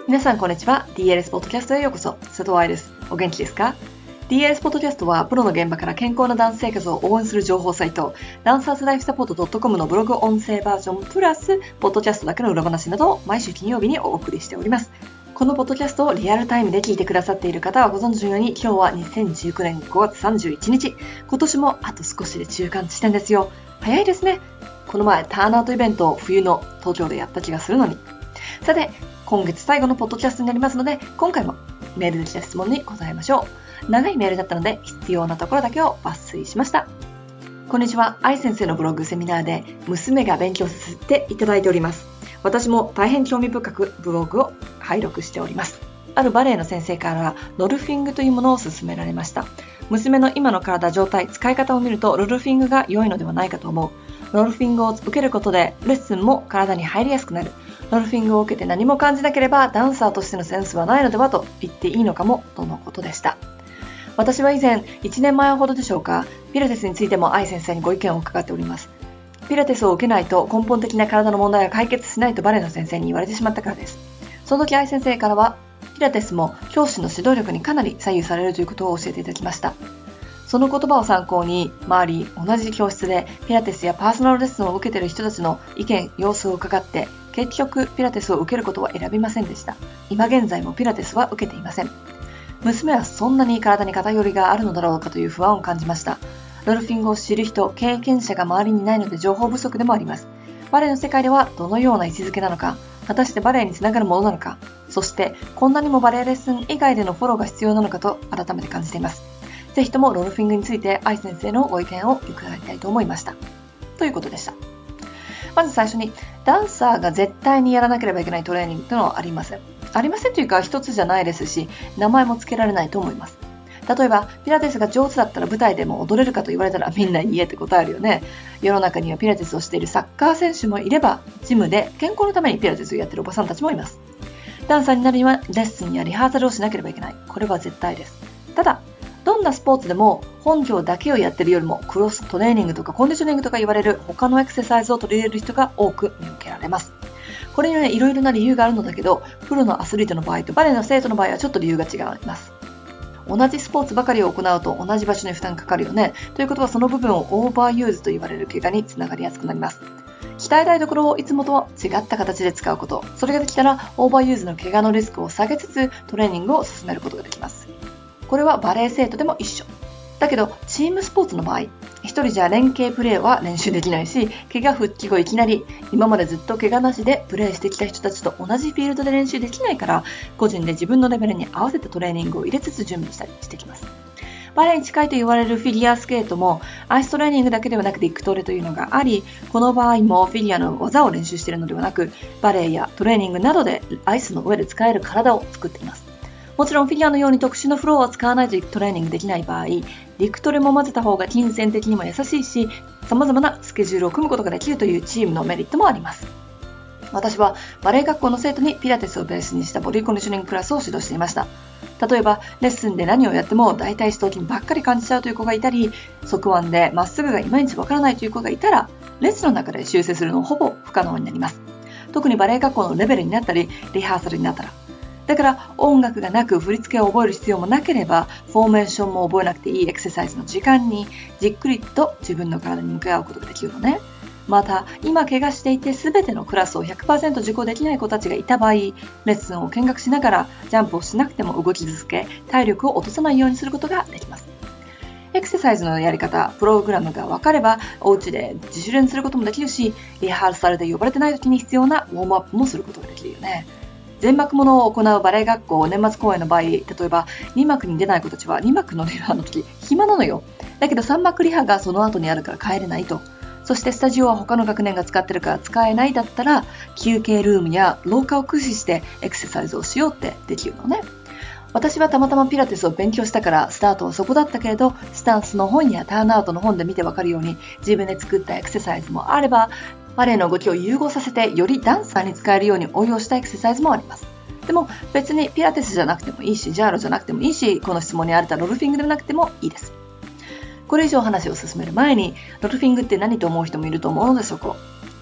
皆さんこんにちは。 DLS ポッドキャストへようこそ。瀬戸愛です。お元気ですか？ DLS ポッドキャストはプロの現場から健康なダンス生活を応援する情報サイト、ダンサーズライフサポート .com のブログ音声バージョンプラスポッドキャストだけの裏話などを毎週金曜日にお送りしております。このポッドキャストをリアルタイムで聞いてくださっている方はご存知のように、今日は2019年5月31日。今年もあと少しで中間地点ですよ。早いですね。この前ターンアウトイベントを冬の東京でやった気がするのに。さて、今月最後のポッドキャストになりますので、今回もメールで来た質問に答えましょう。長いメールだったので必要なところだけを抜粋しました。こんにちは。愛先生のブログセミナーで娘が勉強させていただいております。私も大変興味深くブログを拝読しております。あるバレエの先生からロルフィングというものを勧められました。娘の今の体、状態、使い方を見るとロルフィングが良いのではないかと思う。ロルフィングを受けることでレッスンも体に入りやすくなる。ロルフィングを受けて何も感じなければダンサーとしてのセンスはないのではと言っていいのかもとのことでした。私は以前1年前ほどでしょうか、ピラティスについても愛先生にご意見を伺っております。ピラティスを受けないと根本的な体の問題は解決しないとバレエの先生に言われてしまったからです。その時愛先生からはピラティスも教師の指導力にかなり左右されるということを教えていただきました。その言葉を参考に周り同じ教室でピラティスやパーソナルレッスンを受けている人たちの意見様子を伺って、結局ピラティスを受けることは選びませんでした。今現在もピラティスは受けていません。娘はそんなに体に偏りがあるのだろうかという不安を感じました。ロルフィングを知る人、経験者が周りにいないので情報不足でもあります。バレエの世界ではどのような位置づけなのか、果たしてバレエにつながるものなのか、そしてこんなにもバレエレッスン以外でのフォローが必要なのかと改めて感じています。ぜひともロルフィングについて愛先生のご意見を伺いたいと思いました。ということでした。まず最初に、ダンサーが絶対にやらなければいけないトレーニングというのはありません。ありませんというか一つじゃないですし、名前も付けられないと思います。例えばピラティスが上手だったら舞台でも踊れるかと言われたらみんないいえって答えるよね。世の中にはピラティスをしているサッカー選手もいれば、ジムで健康のためにピラティスをやっているおばさんたちもいます。ダンサーになるにはレッスンやリハーサルをしなければいけない。これは絶対です。ただどんなスポーツでも本業だけをやっているよりもクロストレーニングとかコンディショニングとか言われる他のエクササイズを取り入れる人が多く見受けられます。これにはいろいろな理由があるのだけど、プロのアスリートの場合とバレエの生徒の場合はちょっと理由が違います。同じスポーツばかりを行うと同じ場所に負担がかかるよね。ということはその部分をオーバーユーズと言われる怪我につながりやすくなります。鍛えたいところをいつもと違った形で使うこと。それができたらオーバーユーズの怪我のリスクを下げつつトレーニングを進めることができます。これはバレエ生徒でも一緒。だけどチームスポーツの場合、一人じゃ連携プレーは練習できないし、怪我復帰後いきなり今までずっと怪我なしでプレーしてきた人たちと同じフィールドで練習できないから、個人で自分のレベルに合わせたトレーニングを入れつつ準備したりしてきます。バレエに近いと言われるフィギュアスケートもアイストレーニングだけではなくビッグトレというのがあり、この場合もフィギュアの技を練習しているのではなく、バレエやトレーニングなどでアイスの上で使える体を作っています。もちろんフィギュアのように特殊なフローを使わないとトレーニングできない場合、リクトレも混ぜた方が金銭的にも優しいし、様々なスケジュールを組むことができるというチームのメリットもあります。私はバレエ学校の生徒にピラティスをベースにしたボディコンディショニングクラスを指導していました。例えばレッスンで何をやっても大腿四頭筋ばっかり感じちゃうという子がいたり、側腕でまっすぐがいまいちわからないという子がいたら、レッスンの中で修正するのほぼ不可能になります。特にバレエ学校のレベルになったりリハーサルになったら。だから音楽がなく振り付けを覚える必要もなければ、フォーメーションも覚えなくていいエクササイズの時間にじっくりと自分の体に向き合うことができるのね。また今怪我していて全てのクラスを 100% 受講できない子たちがいた場合、レッスンを見学しながらジャンプをしなくても動き続け、体力を落とさないようにすることができます。エクササイズのやり方、プログラムが分かればお家で自主練することもできるし、リハーサルで呼ばれてない時に必要なウォームアップもすることができるよね。全幕ものを行うバレエ学校年末公演の場合、例えば2幕に出ない子たちは2幕のリハの時暇なのよ。だけど3幕リハがその後にあるから帰れないと。そしてスタジオは他の学年が使ってるから使えないだったら、休憩ルームや廊下を駆使してエクササイズをしようってできるのね。私はたまたまピラティスを勉強したからスタートはそこだったけれど、スタンスの本やターンアウトの本で見てわかるように自分で作ったエクササイズもあれば、バレエの動きを融合させてよりダンサーに使えるように応用したエクササイズもあります。でも別にピラティスじゃなくてもいいし、ジャーロじゃなくてもいいし、この質問にあれたロルフィングでなくてもいいです。これ以上話を進める前に、ロルフィングって何と思う人もいると思うので、そこ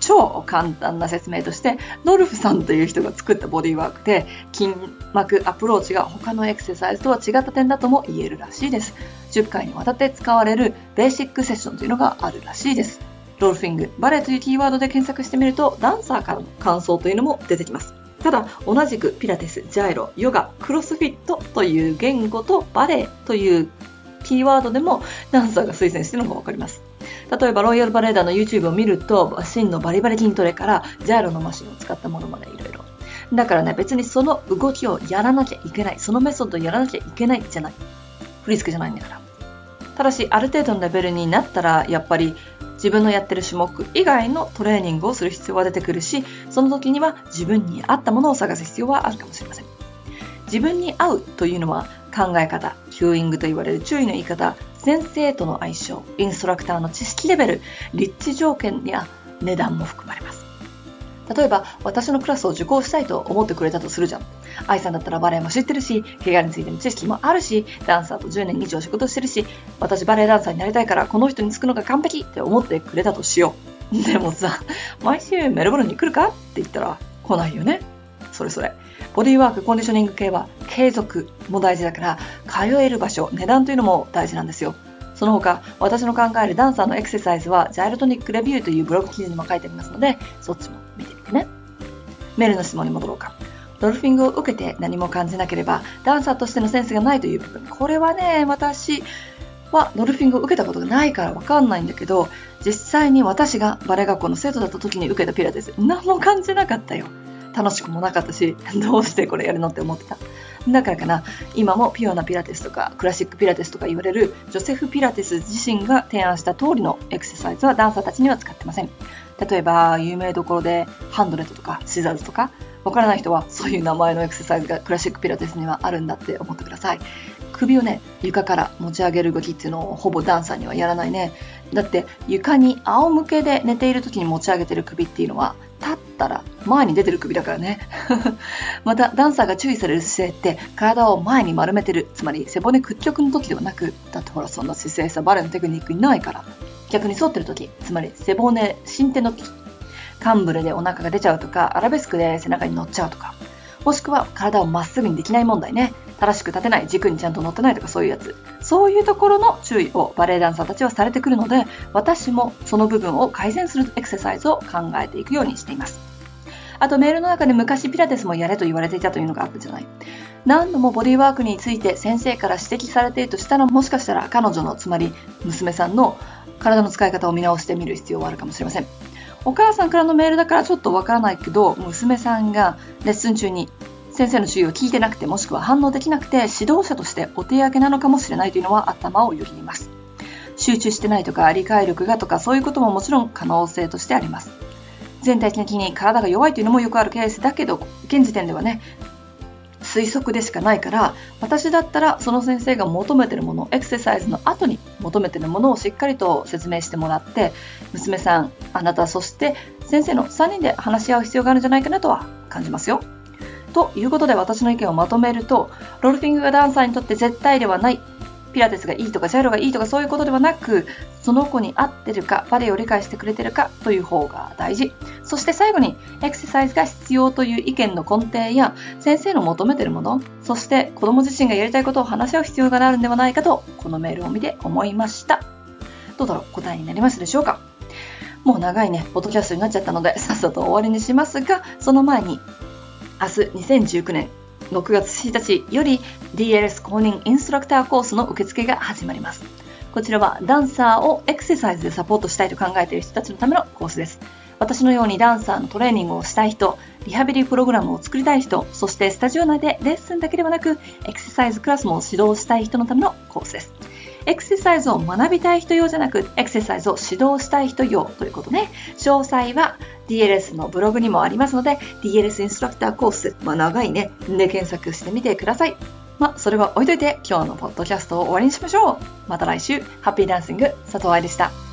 超簡単な説明として、ドルフさんという人が作ったボディーワークで、筋膜アプローチが他のエクササイズとは違った点だとも言えるらしいです。10回にわたって使われるベーシックセッションというのがあるらしいです。ロルフィング、バレエというキーワードで検索してみると、ダンサーからの感想というのも出てきます。ただ、同じくピラティス、ジャイロ、ヨガ、クロスフィットという言語とバレエというキーワードでもダンサーが推薦しているのがわかります。例えばロイヤルバレエ団の YouTube を見ると、マシンのバリバリ筋トレからジャイロのマシンを使ったものまでいろいろ。だからね、別にその動きをやらなきゃいけない、そのメソッドをやらなきゃいけないじゃない。振り付けじゃないんだから。ただし、ある程度のレベルになったら、やっぱり自分のやってる種目以外のトレーニングをする必要は出てくるし、その時には自分に合ったものを探す必要はあるかもしれません。自分に合うというのは考え方、キューイングと言われる注意の言い方、先生との相性、インストラクターの知識レベル、立地条件や値段も含まれます。例えば、私のクラスを受講したいと思ってくれたとするじゃん。愛さんだったらバレエも知ってるし、怪我についての知識もあるし、ダンサーと10年以上仕事してるし、私バレエダンサーになりたいからこの人につくのが完璧って思ってくれたとしよう。でもさ、毎週メルボルンに来るかって言ったら来ないよね。それ。ボディーワーク、コンディショニング系は継続も大事だから、通える場所、値段というのも大事なんですよ。その他、私の考えるダンサーのエクササイズはジャイロトニックレビューというブログ記事にも書いてありますので、そっちも見てみてね。メールの質問に戻ろうか。ドルフィングを受けて何も感じなければ、ダンサーとしてのセンスがないという部分。これはね、私はドルフィングを受けたことがないからわかんないんだけど、実際に私がバレエ学校の生徒だった時に受けたピラティス、何も感じなかったよ。楽しくもなかったし、どうしてこれやるのって思ってた。だからかな、今もピュアなピラティスとかクラシックピラティスとか言われるジョセフ・ピラティス自身が提案した通りのエクササイズはダンサーたちには使ってません。例えば有名どころでハンドレットとかシザーズとか、わからない人はそういう名前のエクササイズがクラシックピラティスにはあるんだって思ってください。首をね、床から持ち上げる動きっていうのをほぼダンサーにはやらないね。だって床に仰向けで寝ている時に持ち上げてる首っていうのは立ったら前に出てる首だからね。またダンサーが注意される姿勢って体を前に丸めてる、つまり背骨屈曲の時ではなく、だってほらそんな姿勢さバレエのテクニックにないから。逆に反ってる時、つまり背骨伸展の時、カンブレでお腹が出ちゃうとか、アラベスクで背中に乗っちゃうとか、もしくは体をまっすぐにできない問題ね。正しく立てない、軸にちゃんと乗ってないとか、そういうやつ。そういうところの注意をバレエダンサーたちはされてくるので、私もその部分を改善するエクササイズを考えていくようにしています。あとメールの中で昔ピラティスもやれと言われていたというのがあったじゃない。何度もボディーワークについて先生から指摘されているとしたら、もしかしたら彼女の、つまり娘さんの体の使い方を見直してみる必要はあるかもしれません。お母さんからのメールだからちょっとわからないけど、娘さんがレッスン中に先生の注意を聞いてなくて、もしくは反応できなくて指導者としてお手上げなのかもしれないというのは頭をよぎります。集中してないとか理解力がとか、そういうことももちろん可能性としてあります。全体的に体が弱いというのもよくあるケースだけど、現時点ではね、推測でしかないから、私だったらその先生が求めているもの、エクササイズの後に求めているものをしっかりと説明してもらって、娘さん、あなた、そして先生の3人で話し合う必要があるんじゃないかなとは感じますよ。ということで、私の意見をまとめると、ロルフィングがダンサーにとって絶対ではない、ピラティスがいいとかジャイロがいいとかそういうことではなく、その子に合ってるか、バレエを理解してくれてるかという方が大事。そして最後に、エクササイズが必要という意見の根底や先生の求めているもの、そして子供自身がやりたいことを話し合う必要があるんではないかと、このメールを見て思いました。どうだろう、答えになりましたでしょうか。もう長いねポッドキャストになっちゃったので、さっさと終わりにしますが、その前に明日2019年6月1日より DLS 公認インストラクターコースの受付が始まります。こちらはダンサーをエクササイズでサポートしたいと考えている人たちのためのコースです。私のようにダンサーのトレーニングをしたい人、リハビリプログラムを作りたい人、そしてスタジオ内でレッスンだけではなくエクササイズクラスも指導したい人のためのコースです。エクササイズを学びたい人用じゃなく、エクササイズを指導したい人用ということね。詳細は DLS のブログにもありますので、DLS インストラクターコース、長いね、で検索してみてください。それは置いといて、今日のポッドキャストを終わりにしましょう。また来週、ハッピーダンシング、佐藤愛でした。